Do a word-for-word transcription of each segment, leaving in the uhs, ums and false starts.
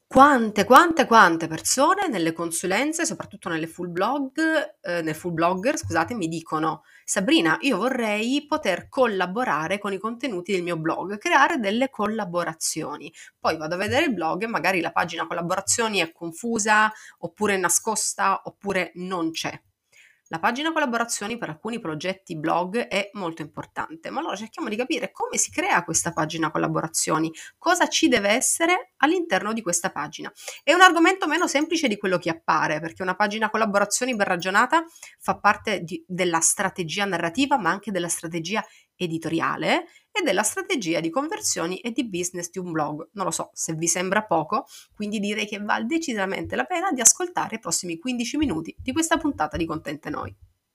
Quante, quante, quante persone nelle consulenze, soprattutto nelle full blog, ehm, nel full blogger, scusate, mi dicono: "Sabrina, io vorrei poter collaborare con i contenuti del mio blog, creare delle collaborazioni". Poi vado a vedere il blog e magari la pagina collaborazioni è confusa, oppure è nascosta, oppure non c'è. La pagina collaborazioni per alcuni progetti blog è molto importante, ma allora cerchiamo di capire come si crea questa pagina collaborazioni, cosa ci deve essere all'interno di questa pagina. È un argomento meno semplice di quello che appare, perché una pagina collaborazioni ben ragionata fa parte di- della strategia narrativa, ma anche della strategia editoriale e della strategia di conversioni e di business di un blog. Non lo so se vi sembra poco, quindi direi che val decisamente la pena di ascoltare i prossimi quindici minuti di questa puntata di Contente Noi.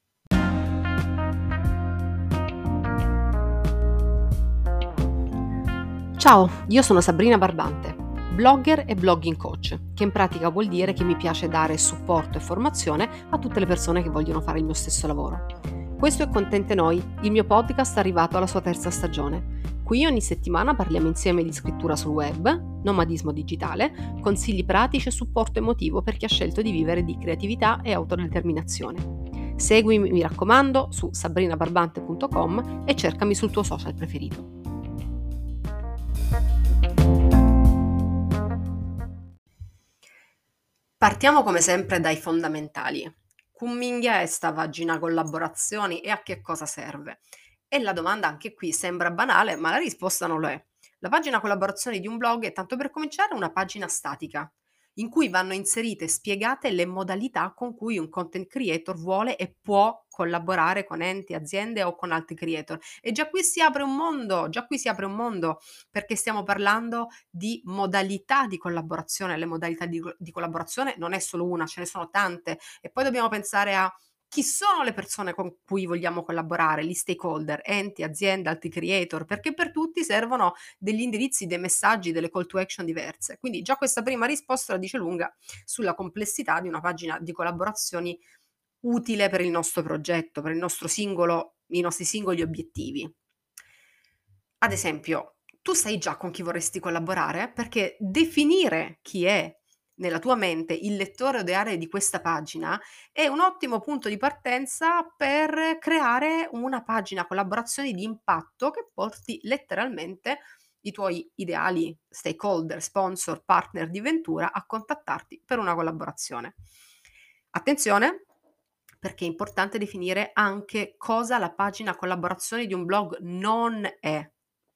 Ciao, io sono Sabrina Barbante, blogger e blogging coach, che in pratica vuol dire che mi piace dare supporto e formazione a tutte le persone che vogliono fare il mio stesso lavoro. Questo è Contente Noi, il mio podcast arrivato alla sua terza stagione. Qui ogni settimana parliamo insieme di scrittura sul web, nomadismo digitale, consigli pratici e supporto emotivo per chi ha scelto di vivere di creatività e autodeterminazione. Seguimi, mi raccomando, su sabrina barbante punto com e cercami sul tuo social preferito. Partiamo come sempre dai fondamentali. Cum minghia è sta pagina collaborazioni e a che cosa serve? E la domanda anche qui sembra banale, ma la risposta non lo è. La pagina collaborazioni di un blog è, tanto per cominciare, una pagina statica, in cui vanno inserite e spiegate le modalità con cui un content creator vuole e può collaborare con enti, aziende o con altri creator. E già qui si apre un mondo, già qui si apre un mondo, perché stiamo parlando di modalità di collaborazione. Le modalità di, di collaborazione non è solo una, ce ne sono tante. E poi dobbiamo pensare a chi sono le persone con cui vogliamo collaborare, gli stakeholder, enti, aziende, altri creator, perché per tutti servono degli indirizzi, dei messaggi, delle call to action diverse. Quindi già questa prima risposta la dice lunga sulla complessità di una pagina di collaborazioni utile per il nostro progetto, per il nostro singolo, i nostri singoli obiettivi. Ad esempio, tu sai già con chi vorresti collaborare? Perché definire chi è nella tua mente il lettore ideale di questa pagina è un ottimo punto di partenza per creare una pagina collaborazioni di impatto che porti letteralmente i tuoi ideali stakeholder, sponsor, partner di ventura a contattarti per una collaborazione. Attenzione, perché è importante definire anche cosa la pagina collaborazioni di un blog non è.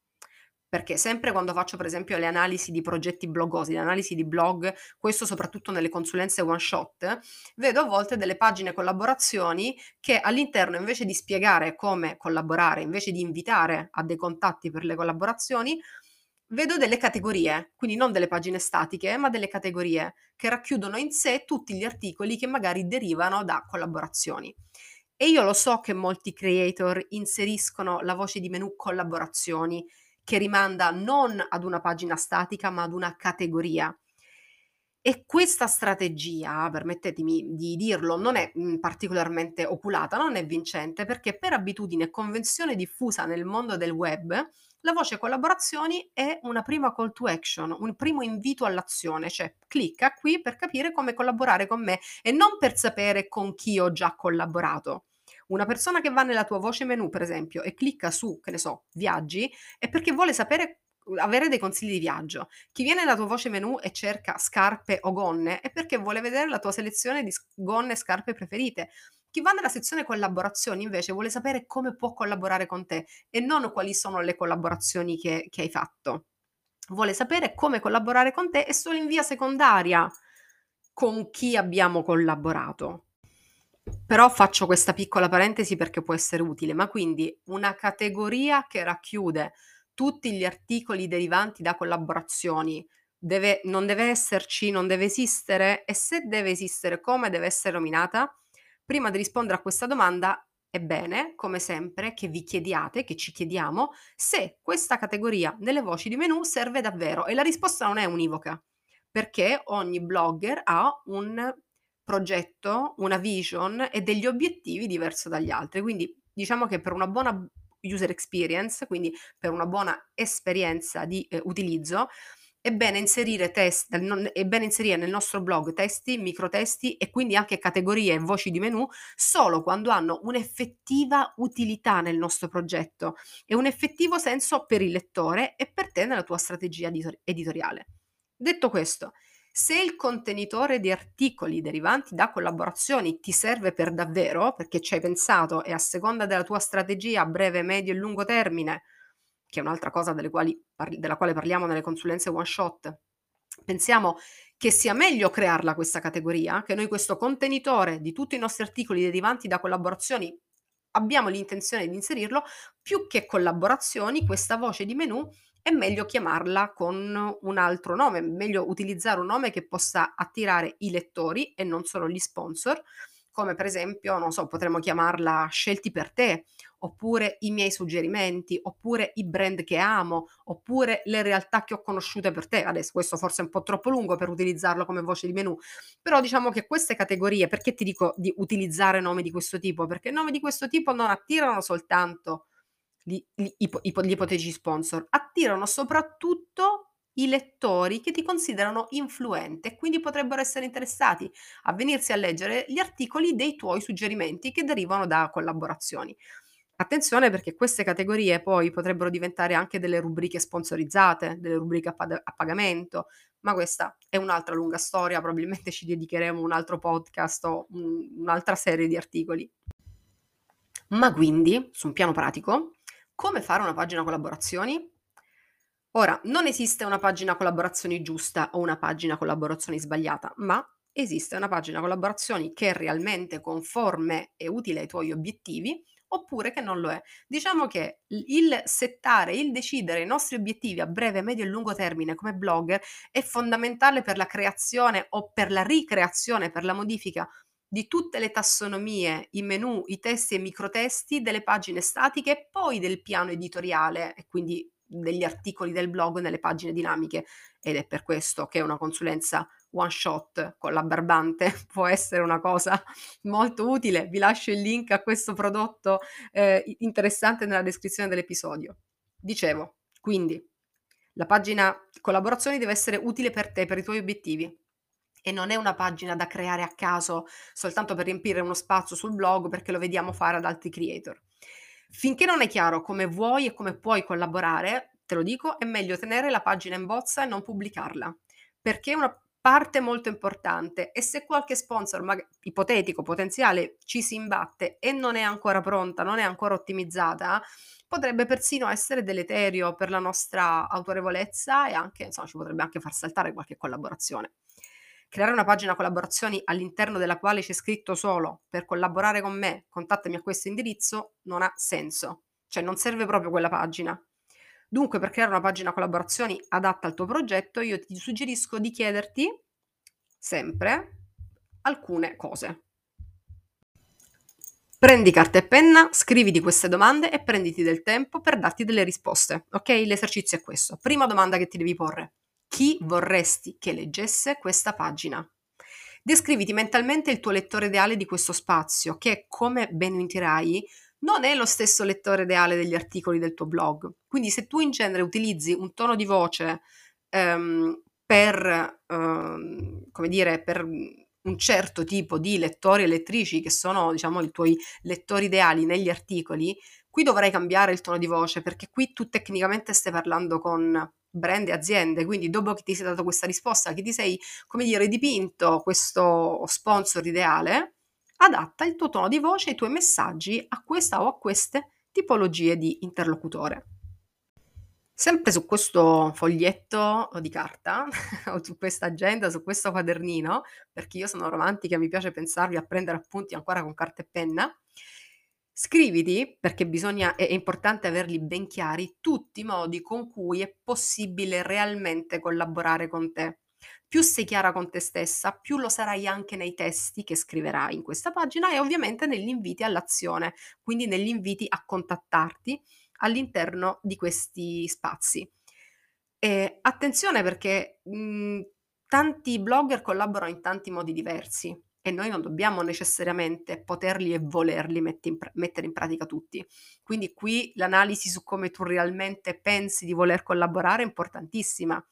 Perché sempre quando faccio per esempio le analisi di progetti bloggosi, le analisi di blog, questo soprattutto nelle consulenze one shot, vedo a volte delle pagine collaborazioni che all'interno, invece di spiegare come collaborare, invece di invitare a dei contatti per le collaborazioni, vedo delle categorie, quindi non delle pagine statiche, ma delle categorie che racchiudono in sé tutti gli articoli che magari derivano da collaborazioni. E io lo so che molti creator inseriscono la voce di menu collaborazioni, che rimanda non ad una pagina statica, ma ad una categoria. E questa strategia, permettetemi di dirlo, non è, mhmm, particolarmente oculata, non è vincente, perché per abitudine e convenzione diffusa nel mondo del web, la voce collaborazioni è una prima call to action, un primo invito all'azione, cioè clicca qui per capire come collaborare con me e non per sapere con chi ho già collaborato. Una persona che va nella tua voce menu, per esempio, e clicca su, che ne so, viaggi, è perché vuole sapere avere dei consigli di viaggio. Chi viene nella tua voce menu e cerca scarpe o gonne è perché vuole vedere la tua selezione di s- gonne e scarpe preferite. Chi va nella sezione collaborazioni invece vuole sapere come può collaborare con te e non quali sono le collaborazioni che, che hai fatto. Vuole sapere come collaborare con te e solo in via secondaria con chi abbiamo collaborato. Però faccio questa piccola parentesi perché può essere utile, ma quindi una categoria che racchiude tutti gli articoli derivanti da collaborazioni deve non deve esserci, non deve esistere? E se deve esistere, come deve essere nominata? Prima di rispondere a questa domanda è bene, come sempre, che vi chiediate, che ci chiediamo, se questa categoria nelle voci di menu serve davvero e la risposta non è univoca, perché ogni blogger ha un progetto, una vision e degli obiettivi diverso dagli altri. Quindi diciamo che per una buona user experience, quindi per una buona esperienza di eh, utilizzo, è bene inserire test non è bene inserire nel nostro blog testi, microtesti e quindi anche categorie e voci di menu solo quando hanno un'effettiva utilità nel nostro progetto e un effettivo senso per il lettore e per te nella tua strategia editor- editoriale. Detto questo, se il contenitore di articoli derivanti da collaborazioni ti serve per davvero, perché ci hai pensato e a seconda della tua strategia a breve, medio e lungo termine, che è un'altra cosa delle quali parli- della quale parliamo nelle consulenze one shot, pensiamo che sia meglio crearla questa categoria, che noi questo contenitore di tutti i nostri articoli derivanti da collaborazioni abbiamo l'intenzione di inserirlo, più che collaborazioni, questa voce di menu è meglio chiamarla con un altro nome, meglio utilizzare un nome che possa attirare i lettori e non solo gli sponsor, come per esempio, non so, potremmo chiamarla Scelti per te, oppure I miei suggerimenti, oppure I brand che amo, oppure Le realtà che ho conosciute per te. Adesso questo forse è un po' troppo lungo per utilizzarlo come voce di menu, però diciamo che queste categorie, perché ti dico di utilizzare nomi di questo tipo? Perché nomi di questo tipo non attirano soltanto gli gli ipo ipo gli ipotetici sponsor, attirano soprattutto i lettori che ti considerano influente e quindi potrebbero essere interessati a venirsi a leggere gli articoli dei tuoi suggerimenti che derivano da collaborazioni. Attenzione perché queste categorie poi potrebbero diventare anche delle rubriche sponsorizzate, delle rubriche a pada a pagamento, ma questa è un'altra lunga storia, probabilmente ci dedicheremo un altro podcast o un un'altra serie di articoli. Ma quindi, su un piano pratico, come fare una pagina collaborazioni? Ora, non esiste una pagina collaborazioni giusta o una pagina collaborazioni sbagliata, ma esiste una pagina collaborazioni che è realmente conforme e utile ai tuoi obiettivi oppure che non lo è. Diciamo che l- il settare, il decidere i nostri obiettivi a breve, medio e lungo termine come blogger è fondamentale per la creazione o per la ricreazione, per la modifica di tutte le tassonomie, i menu, i testi e i microtesti delle pagine statiche e poi del piano editoriale e quindi degli articoli del blog nelle pagine dinamiche ed è per questo che una consulenza one shot con la barbante può essere una cosa molto utile. Vi lascio il link a questo prodotto eh, i- interessante nella descrizione dell'episodio. Dicevo, quindi la pagina collaborazioni deve essere utile per te, per i tuoi obiettivi. E non è una pagina da creare a caso soltanto per riempire uno spazio sul blog perché lo vediamo fare ad altri creator. Finché non è chiaro come vuoi e come puoi collaborare, te lo dico, è meglio tenere la pagina in bozza e non pubblicarla, perché è una parte molto importante e se qualche sponsor mag- ipotetico, potenziale, ci si imbatte e non è ancora pronta, non è ancora ottimizzata, potrebbe persino essere deleterio per la nostra autorevolezza e anche, insomma, ci potrebbe anche far saltare qualche collaborazione. Creare una pagina collaborazioni all'interno della quale c'è scritto solo per collaborare con me, contattami a questo indirizzo, non ha senso. Cioè non serve proprio quella pagina. Dunque, per creare una pagina collaborazioni adatta al tuo progetto, io ti suggerisco di chiederti sempre alcune cose. Prendi carta e penna, scriviti queste domande e prenditi del tempo per darti delle risposte, ok? L'esercizio è questo. Prima domanda che ti devi porre. Chi vorresti che leggesse questa pagina? Descriviti mentalmente il tuo lettore ideale di questo spazio, che, come ben intuirai, non è lo stesso lettore ideale degli articoli del tuo blog. Quindi se tu in genere utilizzi un tono di voce ehm, per, ehm, come dire, per un certo tipo di lettori e lettrici che sono, diciamo, i tuoi lettori ideali negli articoli, qui dovrai cambiare il tono di voce perché qui tu tecnicamente stai parlando con brand e aziende, quindi dopo che ti sei dato questa risposta, che ti sei, come dire, dipinto questo sponsor ideale, adatta il tuo tono di voce e i tuoi messaggi a questa o a queste tipologie di interlocutore. Sempre su questo foglietto di carta o su questa agenda, su questo quadernino, perché io sono romantica, mi piace pensarvi a prendere appunti ancora con carta e penna, scriviti, perché bisogna è è importante averli ben chiari, tutti i modi con cui è possibile realmente collaborare con te. Più sei chiara con te stessa, più lo sarai anche nei testi che scriverai in questa pagina e ovviamente negli inviti all'azione, quindi negli inviti a contattarti all'interno di questi spazi. Ehm, attenzione perché, mhmm, tanti blogger collaborano in tanti modi diversi e noi non dobbiamo necessariamente poterli e volerli metti in pra mettere in pratica tutti. Quindi qui l'analisi su come tu realmente pensi di voler collaborare è importantissima.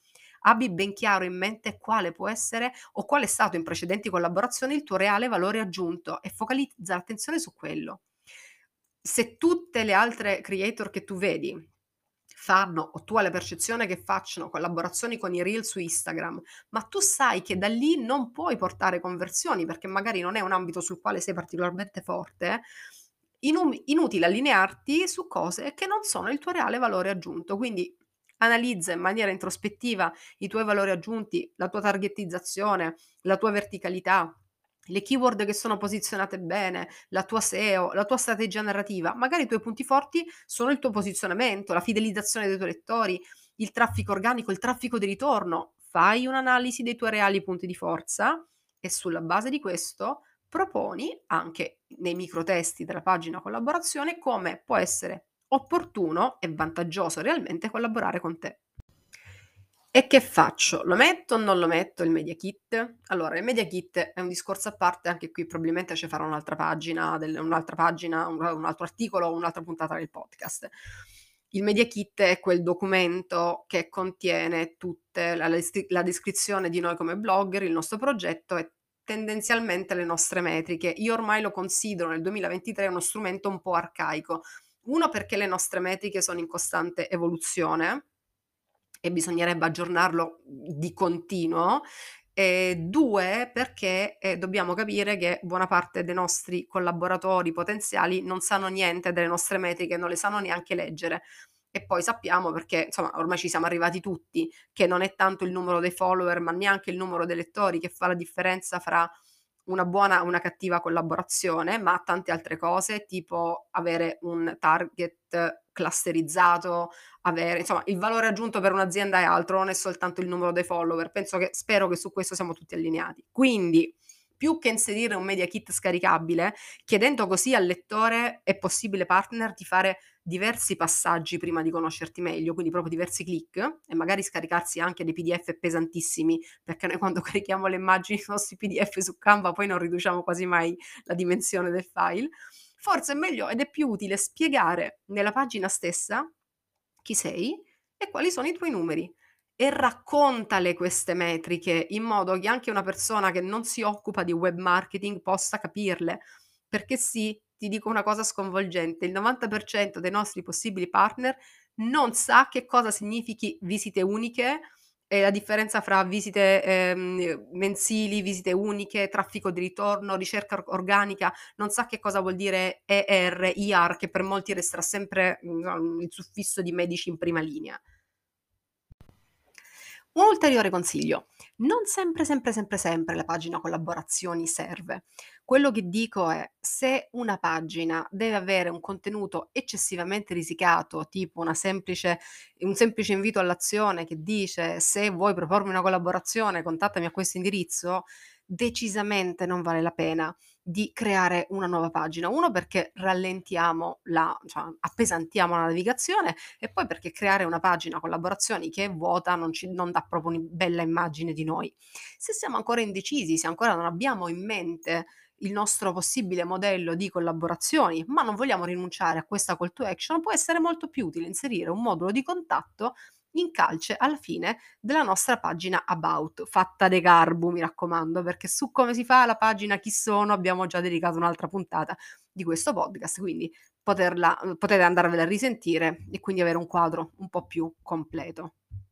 abbi ben chiaro in mente quale può essere o qual è stato in precedenti collaborazioni il tuo reale valore aggiunto e focalizza l'attenzione su quello. Se tutte le altre creator che tu vedi fanno, o tu hai la percezione che facciano collaborazioni con i reel su Instagram, ma tu sai che da lì non puoi portare conversioni perché magari non è un ambito sul quale sei particolarmente forte, inum- inutile allinearti su cose che non sono il tuo reale valore aggiunto. Quindi analizza in maniera introspettiva i tuoi valori aggiunti, la tua targetizzazione, la tua verticalità, le keyword che sono posizionate bene, la tua S E O, la tua strategia narrativa. Magari i tuoi punti forti sono il tuo posizionamento, la fidelizzazione dei tuoi lettori, il traffico organico, il traffico di ritorno. Fai un'analisi dei tuoi reali punti di forza e sulla base di questo proponi anche nei microtesti della pagina collaborazione come può essere opportuno e vantaggioso realmente collaborare con te. E che faccio? Lo metto o non lo metto il media kit? Allora, il media kit è un discorso a parte, anche qui probabilmente ci farò un'altra pagina, del, un'altra pagina, un, un altro articolo, un'altra puntata del podcast. Il media kit è quel documento che contiene tutte la, la descrizione di noi come blogger, il nostro progetto e tendenzialmente le nostre metriche. Io ormai lo considero nel duemilaventitré uno strumento un po' arcaico. Uno, perché le nostre metriche sono in costante evoluzione e bisognerebbe aggiornarlo di continuo. E due, perché eh, dobbiamo capire che buona parte dei nostri collaboratori potenziali non sanno niente delle nostre metriche, non le sanno neanche leggere. E poi sappiamo, perché insomma ormai ci siamo arrivati tutti, che non è tanto il numero dei follower, ma neanche il numero dei lettori che fa la differenza fra una buona o una cattiva collaborazione, ma tante altre cose, tipo avere un target clusterizzato, avere insomma il valore aggiunto per un'azienda è altro, non è soltanto il numero dei follower. Penso che spero che su questo siamo tutti allineati. Quindi, più che inserire un media kit scaricabile, chiedendo così al lettore e possibile partner di fare diversi passaggi prima di conoscerti meglio, quindi proprio diversi click e magari scaricarsi anche dei P D F pesantissimi, perché noi quando carichiamo le immagini sui nostri P D F su Canva poi non riduciamo quasi mai la dimensione del file. Forse è meglio ed è più utile spiegare nella pagina stessa chi sei e quali sono i tuoi numeri e raccontale queste metriche in modo che anche una persona che non si occupa di web marketing possa capirle. Perché sì, ti dico una cosa sconvolgente, il novanta per cento dei nostri possibili partner non sa che cosa significhi visite uniche e la differenza fra visite ehm, mensili, visite uniche, traffico di ritorno, ricerca or- organica, non sa che cosa vuol dire E R, I R, che per molti resterà sempre mm, il suffisso di medici in prima linea. Un ulteriore consiglio: non sempre, sempre, sempre, sempre la pagina collaborazioni serve. Quello che dico è: se una pagina deve avere un contenuto eccessivamente risicato, tipo una semplice un semplice invito all'azione che dice: "Se vuoi propormi una collaborazione contattami a questo indirizzo", decisamente non vale la pena di creare una nuova pagina. Uno, perché rallentiamo la cioè appesantiamo la navigazione e poi perché creare una pagina collaborazioni che è vuota non ci non dà proprio una bella immagine di noi. Se siamo ancora indecisi, se ancora non abbiamo in mente il nostro possibile modello di collaborazioni, ma non vogliamo rinunciare a questa call to action, può essere molto più utile inserire un modulo di contatto in calce alla fine della nostra pagina about, fatta de garbo, mi raccomando, perché su come si fa la pagina chi sono abbiamo già dedicato un'altra puntata di questo podcast, quindi poterla potete andarvela a risentire e quindi avere un quadro un po' più completo.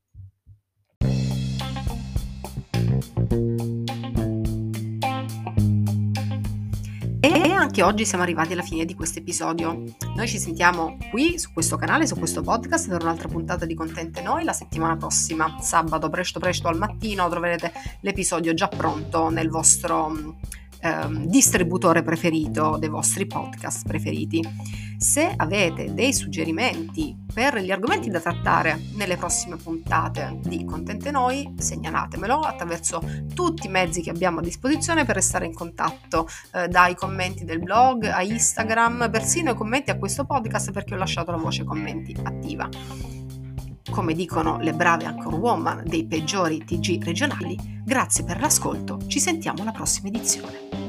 E anche oggi siamo arrivati alla fine di questo episodio. Noi ci sentiamo qui su questo canale, su questo podcast per un'altra puntata di Contente Noi la settimana prossima, sabato presto presto al mattino troverete l'episodio già pronto nel vostro ehm, distributore preferito dei vostri podcast preferiti. Se avete dei suggerimenti per gli argomenti da trattare nelle prossime puntate di Contente Noi, segnalatemelo attraverso tutti i mezzi che abbiamo a disposizione per restare in contatto, eh, dai commenti del blog a Instagram, persino i commenti a questo podcast, perché ho lasciato la voce commenti attiva. Come dicono le brave anchor woman dei peggiori T G regionali, grazie per l'ascolto, ci sentiamo alla prossima edizione.